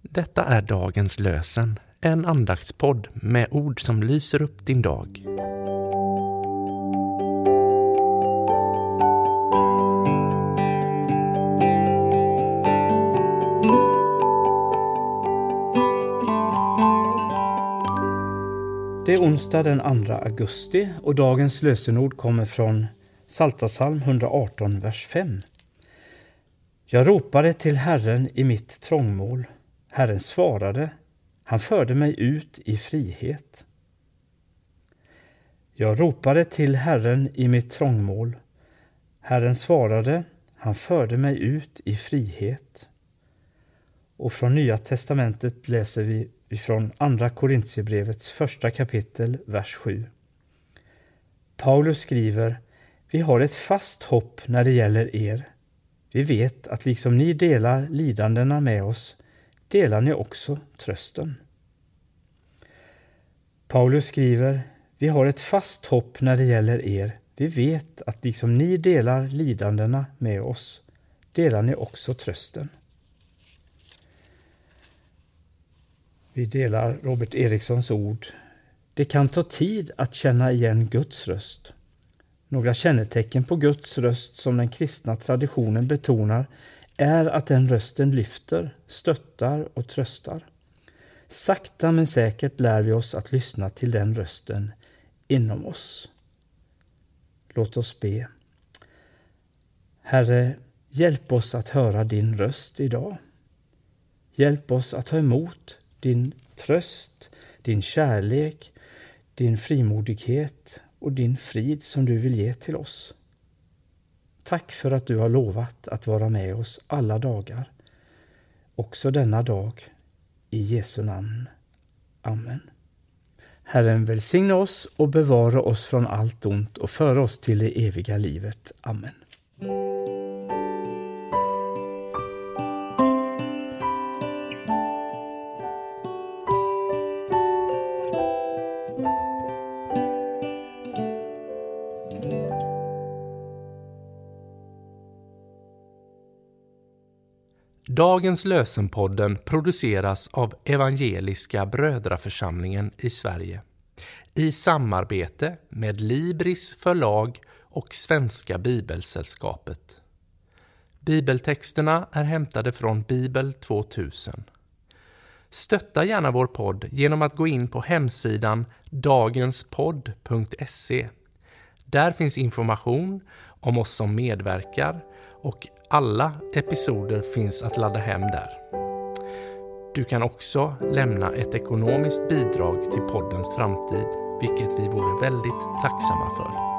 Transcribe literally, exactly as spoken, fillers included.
Detta är dagens lösen, en andaktspodd med ord som lyser upp din dag. Det är onsdag den andra augusti och dagens lösenord kommer från Psaltarpsalm hundraarton, vers fem. Jag ropade till Herren i mitt trångmål. Herren svarade, han förde mig ut i frihet. Jag ropade till Herren i mitt trångmål. Herren svarade, han förde mig ut i frihet. Och från Nya testamentet läser vi från andra Korintierbrevets första kapitel, vers sju. Paulus skriver, vi har ett fast hopp när det gäller er. Vi vet att liksom ni delar lidandena med oss, delar ni också trösten. Paulus skriver, vi har ett fast hopp när det gäller er. Vi vet att liksom ni delar lidandena med oss, delar ni också trösten. Vi delar Robert Erikssons ord. Det kan ta tid att känna igen Guds röst. Några kännetecken på Guds röst som den kristna traditionen betonar är att den rösten lyfter, stöttar och tröstar. Sakta men säkert lär vi oss att lyssna till den rösten inom oss. Låt oss be. Herre, hjälp oss att höra din röst idag. Hjälp oss att ta emot din tröst, din kärlek, din frimodighet och din frid som du vill ge till oss. Tack för att du har lovat att vara med oss alla dagar, också denna dag, i Jesu namn. Amen. Herren välsigna oss och bevara oss från allt ont och föra oss till det eviga livet. Amen. Dagens lösenpodden produceras av Evangeliska Brödraförsamlingen i Sverige i samarbete med Libris förlag och Svenska Bibelsällskapet. Bibeltexterna är hämtade från Bibel tvåtusen. Stötta gärna vår podd genom att gå in på hemsidan dagenspodd punkt se. Där finns information om oss som medverkar och alla episoder finns att ladda hem där. Du kan också lämna ett ekonomiskt bidrag till poddens framtid, vilket vi vore väldigt tacksamma för.